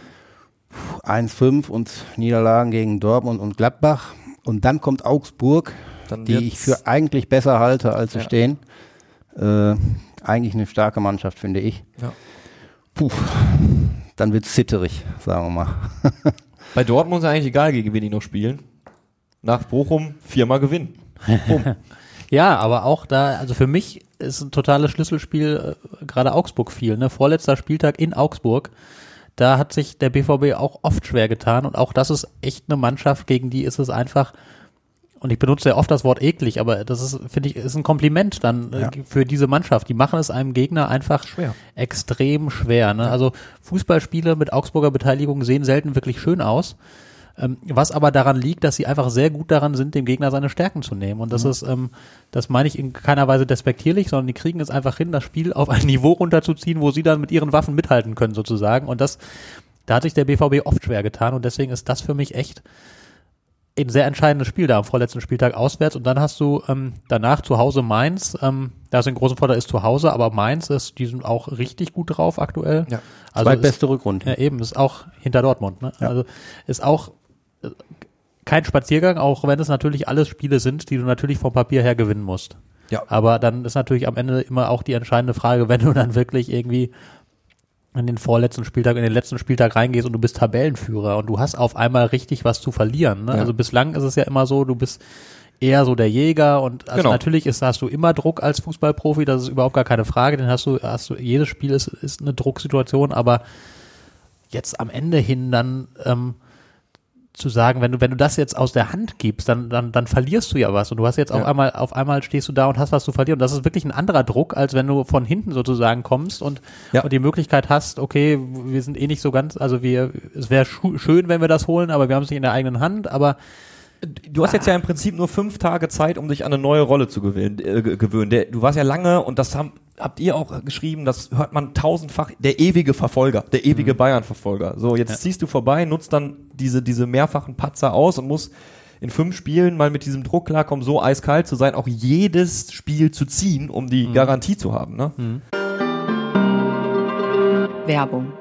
1-5 und Niederlagen gegen Dortmund und Gladbach. Und dann kommt Augsburg, Dann die ich für eigentlich besser halte, als sie stehen. Eigentlich eine starke Mannschaft, finde ich. Ja. Dann wird's zitterig, sagen wir mal. Bei Dortmund ist eigentlich egal, gegen wen die noch spielen. Nach Bochum 4-mal gewinnen. Ja, aber auch da, also für mich ist ein totales Schlüsselspiel gerade Augsburg viel, ne? Vorletzter Spieltag in Augsburg. Da hat sich der BVB auch oft schwer getan und auch das ist echt eine Mannschaft, gegen die ist es einfach, und ich benutze ja oft das Wort eklig, aber das ist, finde ich, ist ein Kompliment dann für diese Mannschaft. Die machen es einem Gegner einfach extrem schwer. Ne? Also Fußballspiele mit Augsburger Beteiligung sehen selten wirklich schön aus. Was aber daran liegt, dass sie einfach sehr gut daran sind, dem Gegner seine Stärken zu nehmen. Und das ist, das meine ich in keiner Weise despektierlich, sondern die kriegen es einfach hin, das Spiel auf ein Niveau runterzuziehen, wo sie dann mit ihren Waffen mithalten können sozusagen. Und da hat sich der BVB oft schwer getan und deswegen ist das für mich echt ein sehr entscheidendes Spiel da am vorletzten Spieltag auswärts. Und dann hast du danach zu Hause Mainz, da ist ein großer Vorteil, ist zu Hause, aber Mainz die sind auch richtig gut drauf aktuell. Ja, also zweitbeste Rückrunde. Ja, eben, ist auch hinter Dortmund. Ne? Ja. Also ist auch kein Spaziergang, auch wenn es natürlich alles Spiele sind, die du natürlich vom Papier her gewinnen musst. Ja. Aber dann ist natürlich am Ende immer auch die entscheidende Frage, wenn du dann wirklich irgendwie in den vorletzten Spieltag, in den letzten Spieltag reingehst und du bist Tabellenführer und du hast auf einmal richtig was zu verlieren. Ne? Ja. Also bislang ist es ja immer so, du bist eher so der Jäger und also natürlich hast du immer Druck als Fußballprofi, das ist überhaupt gar keine Frage, den hast du jedes Spiel ist eine Drucksituation, aber jetzt am Ende hin dann zu sagen, wenn du das jetzt aus der Hand gibst, dann verlierst du ja was und du hast jetzt auf einmal stehst du da und hast was zu verlieren und das ist wirklich ein anderer Druck, als wenn du von hinten sozusagen kommst und die Möglichkeit hast, okay, wir sind eh nicht so ganz, also es wäre schön, wenn wir das holen, aber wir haben es nicht in der eigenen Hand, aber du hast jetzt ja im Prinzip nur 5 Tage Zeit, um dich an eine neue Rolle zu gewöhnen. Du warst ja lange und das habt ihr auch geschrieben, das hört man tausendfach, der ewige Verfolger, der ewige Bayern-Verfolger. So, jetzt ziehst du vorbei, nutzt dann diese mehrfachen Patzer aus und musst in 5 Spielen mal mit diesem Druck klarkommen, so eiskalt zu sein, auch jedes Spiel zu ziehen, um die Garantie zu haben. Ne? Werbung.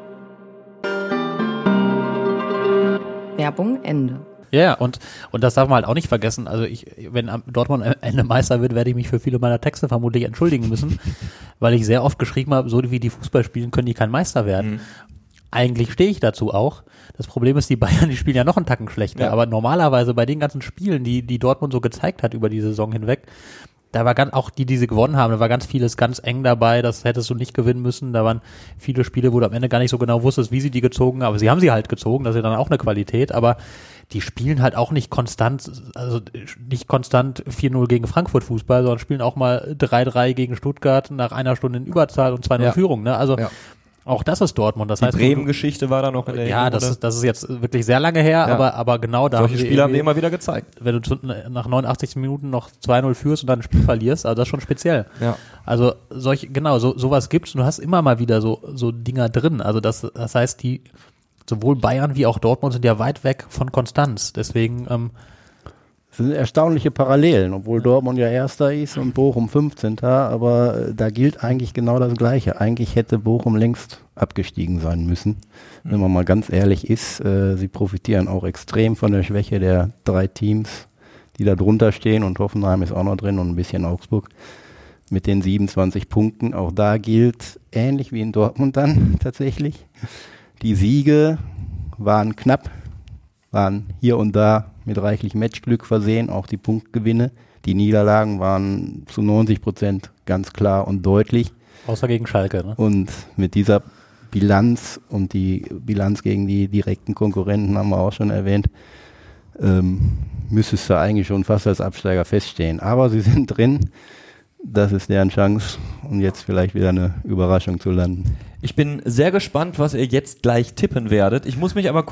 Werbung Ende. Ja, und das darf man halt auch nicht vergessen. Also wenn Dortmund am Ende Meister wird, werde ich mich für viele meiner Texte vermutlich entschuldigen müssen, weil ich sehr oft geschrieben habe, so wie die Fußball spielen, können die kein Meister werden. Eigentlich stehe ich dazu auch. Das Problem ist, die Bayern, die spielen ja noch einen Tacken schlechter. Ja. Aber normalerweise bei den ganzen Spielen, die Dortmund so gezeigt hat über die Saison hinweg, da war auch die sie gewonnen haben, da war ganz vieles ganz eng dabei, das hättest du nicht gewinnen müssen. Da waren viele Spiele, wo du am Ende gar nicht so genau wusstest, wie sie die gezogen haben, aber sie haben sie halt gezogen, das ist ja dann auch eine Qualität, aber die spielen halt auch nicht konstant, also nicht konstant 4-0 gegen Frankfurt Fußball, sondern spielen auch mal 3-3 gegen Stuttgart nach einer Stunde in Überzahl und 2-0 Führung, ne? Also auch das ist Dortmund. Das heißt, die Bremen-Geschichte war da noch in der Ja, das ist jetzt wirklich sehr lange her, aber genau da solche Spiele haben wir immer wieder gezeigt. Wenn du nach 89 Minuten noch 2-0 führst und dann ein Spiel verlierst, also das ist schon speziell. Ja. Also sowas gibt's und du hast immer mal wieder so Dinger drin. Also das heißt, sowohl Bayern wie auch Dortmund sind ja weit weg von Konstanz. Deswegen es sind erstaunliche Parallelen, obwohl Dortmund ja Erster ist und Bochum 15. Aber da gilt eigentlich genau das Gleiche. Eigentlich hätte Bochum längst abgestiegen sein müssen, wenn man mal ganz ehrlich ist. Sie profitieren auch extrem von der Schwäche der 3 Teams, die da drunter stehen und Hoffenheim ist auch noch drin und ein bisschen Augsburg mit den 27 Punkten. Auch da gilt, ähnlich wie in Dortmund dann tatsächlich, die Siege waren knapp, waren hier und da mit reichlich Matchglück versehen, auch die Punktgewinne. Die Niederlagen waren zu 90% ganz klar und deutlich. Außer gegen Schalke, ne? Und mit dieser Bilanz und die Bilanz gegen die direkten Konkurrenten haben wir auch schon erwähnt, müsstest du eigentlich schon fast als Absteiger feststehen. Aber sie sind drin. Das ist deren Chance, um jetzt vielleicht wieder eine Überraschung zu landen. Ich bin sehr gespannt, was ihr jetzt gleich tippen werdet. Ich muss mich aber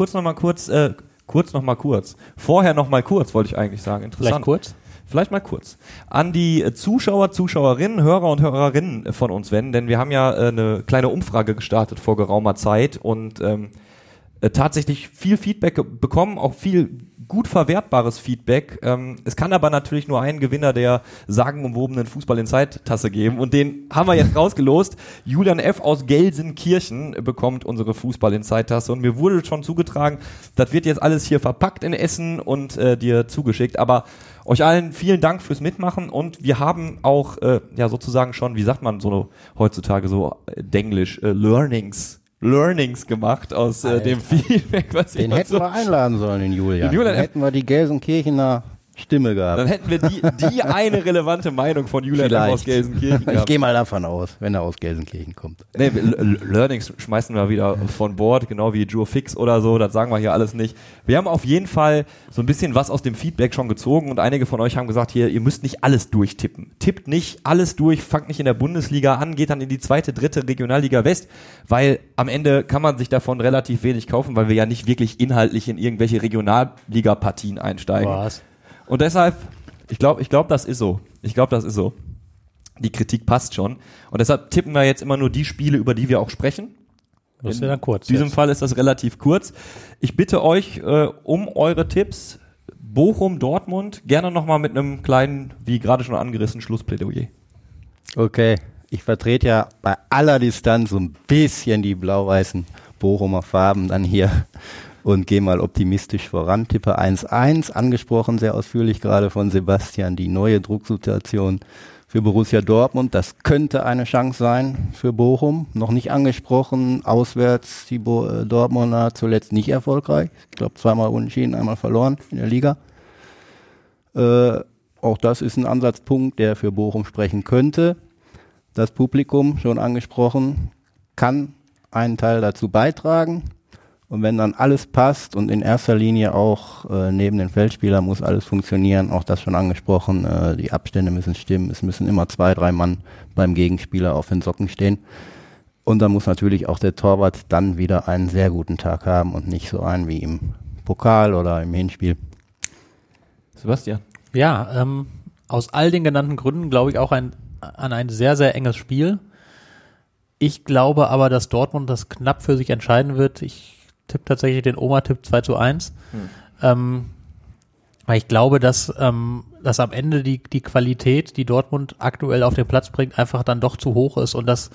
Vorher noch mal kurz, wollte ich eigentlich sagen. Interessant. Vielleicht mal kurz. An die Zuschauer, Zuschauerinnen, Hörer und Hörerinnen von uns wenden, denn wir haben ja eine kleine Umfrage gestartet vor geraumer Zeit und tatsächlich viel Feedback bekommen, auch viel gut verwertbares Feedback. Es kann aber natürlich nur einen Gewinner der sagenumwobenen Fußball-in-Zeit-Tasse geben und den haben wir jetzt rausgelost. Julian F. aus Gelsenkirchen bekommt unsere Fußball-in-Zeit-Tasse und mir wurde schon zugetragen, das wird jetzt alles hier verpackt in Essen und dir zugeschickt, aber euch allen vielen Dank fürs Mitmachen und wir haben auch sozusagen schon, wie sagt man so heutzutage so Denglisch, Learnings Learnings gemacht aus dem Feedback, was Den hätten wir einladen sollen, den Julian. Dann hätten wir die Gelsenkirchener Stimme gehabt. Dann hätten wir die eine relevante Meinung von Julian aus Gelsenkirchen gehabt. Ich gehe mal davon aus, wenn er aus Gelsenkirchen kommt. Nee, Learnings schmeißen wir wieder von Bord, genau wie Joe Fix oder so, das sagen wir hier alles nicht. Wir haben auf jeden Fall so ein bisschen was aus dem Feedback schon gezogen und einige von euch haben gesagt, hier, ihr müsst nicht alles durchtippen. Tippt nicht alles durch, fangt nicht in der Bundesliga an, geht dann in die 2., 3. Regionalliga West, weil am Ende kann man sich davon relativ wenig kaufen, weil wir ja nicht wirklich inhaltlich in irgendwelche Regionalliga-Partien einsteigen. Was? Und deshalb, ich glaube, das ist so. Die Kritik passt schon. Und deshalb tippen wir jetzt immer nur die Spiele, über die wir auch sprechen. Das ist ja dann kurz. In diesem Fall ist das relativ kurz. Ich bitte euch um eure Tipps. Bochum, Dortmund, gerne nochmal mit einem kleinen, wie gerade schon angerissen, Schlussplädoyer. Okay, ich vertrete ja bei aller Distanz so ein bisschen die blau-weißen Bochumer Farben dann hier. Und gehe mal optimistisch voran, tippe 1-1, angesprochen sehr ausführlich gerade von Sebastian, die neue Drucksituation für Borussia Dortmund. Das könnte eine Chance sein für Bochum, noch nicht angesprochen, auswärts die Dortmunder zuletzt nicht erfolgreich. Ich glaube 2-mal unentschieden, einmal verloren in der Liga. Auch das ist ein Ansatzpunkt, der für Bochum sprechen könnte. Das Publikum, schon angesprochen, kann einen Teil dazu beitragen. Und wenn dann alles passt und in erster Linie auch neben den Feldspielern muss alles funktionieren, auch das schon angesprochen, die Abstände müssen stimmen, es müssen immer 2, 3 Mann beim Gegenspieler auf den Socken stehen. Und dann muss natürlich auch der Torwart dann wieder einen sehr guten Tag haben und nicht so einen wie im Pokal oder im Hinspiel. Sebastian? Ja, aus all den genannten Gründen glaube ich auch an ein sehr, sehr enges Spiel. Ich glaube aber, dass Dortmund das knapp für sich entscheiden wird. Ich tippe tatsächlich den Oma-Tipp 2-1. Weil ich glaube, dass am Ende die Qualität, die Dortmund aktuell auf den Platz bringt, einfach dann doch zu hoch ist und dass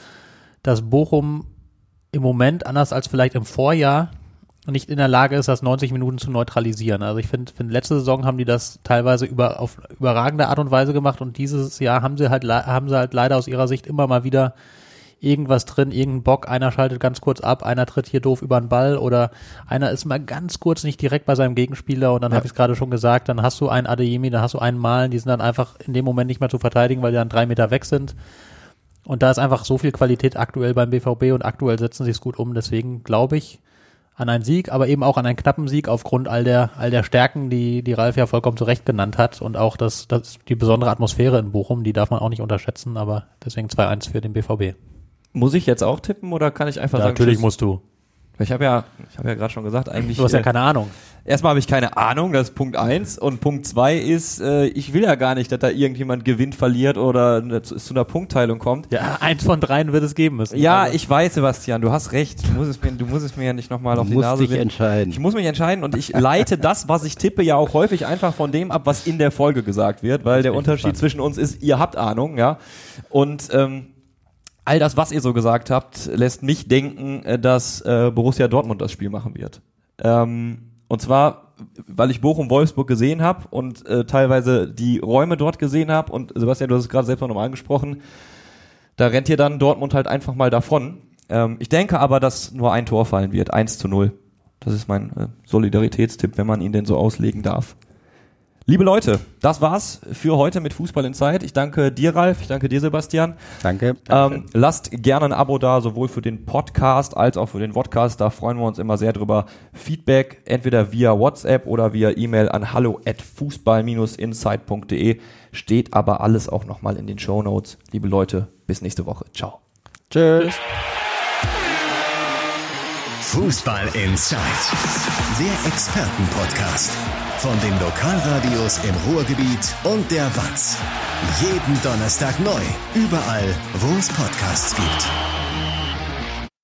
Bochum im Moment, anders als vielleicht im Vorjahr, nicht in der Lage ist, das 90 Minuten zu neutralisieren. Also ich finde, letzte Saison haben die das teilweise auf überragende Art und Weise gemacht und dieses Jahr haben sie halt leider aus ihrer Sicht immer mal wieder irgendwas drin, irgendein Bock, einer schaltet ganz kurz ab, einer tritt hier doof über den Ball oder einer ist mal ganz kurz nicht direkt bei seinem Gegenspieler und dann habe ich es gerade schon gesagt, dann hast du einen Adeyemi, dann hast du einen Malen, die sind dann einfach in dem Moment nicht mehr zu verteidigen, weil die dann 3 Meter weg sind und da ist einfach so viel Qualität aktuell beim BVB und aktuell setzen sie es gut um, deswegen glaube ich an einen Sieg, aber eben auch an einen knappen Sieg aufgrund all der Stärken, die Ralf ja vollkommen zu Recht genannt hat und auch die besondere Atmosphäre in Bochum, die darf man auch nicht unterschätzen, aber deswegen 2-1 für den BVB. Muss ich jetzt auch tippen oder kann ich einfach sagen? Natürlich musst du. Ich habe ja gerade schon gesagt, eigentlich. Du hast ja keine Ahnung. Erstmal habe ich keine Ahnung, das ist Punkt 1 und Punkt 2 ist, ich will ja gar nicht, dass da irgendjemand gewinnt, verliert oder zu einer Punktteilung kommt. Ja, 1 von 3 wird es geben müssen. Ja, also. Ich weiß, Sebastian, du hast recht. Du musst es mir ja nicht nochmal auf die Nase winden. Ich muss mich entscheiden und ich leite das, was ich tippe, ja auch häufig einfach von dem ab, was in der Folge gesagt wird, weil der Unterschied zwischen uns ist, ihr habt Ahnung, ja. Und all das, was ihr so gesagt habt, lässt mich denken, dass Borussia Dortmund das Spiel machen wird. Und zwar, weil ich Bochum-Wolfsburg gesehen habe und teilweise die Räume dort gesehen habe. Und Sebastian, du hast es gerade selbst noch mal angesprochen, da rennt hier dann Dortmund halt einfach mal davon. Ich denke aber, dass nur ein Tor fallen wird, 1-0. Das ist mein Solidaritätstipp, wenn man ihn denn so auslegen darf. Liebe Leute, das war's für heute mit Fußball in Zeit. Ich danke dir, Ralf, ich danke dir, Sebastian. Danke. Lasst gerne ein Abo da, sowohl für den Podcast als auch für den Vodcast. Da freuen wir uns immer sehr drüber. Feedback entweder via WhatsApp oder via E-Mail an hallo@fußball-insight.de. Steht aber alles auch nochmal in den Shownotes. Liebe Leute, bis nächste Woche. Ciao. Tschüss. Fußball Insight, der Expertenpodcast von den Lokalradios im Ruhrgebiet und der WAZ. Jeden Donnerstag neu, überall, wo es Podcasts gibt.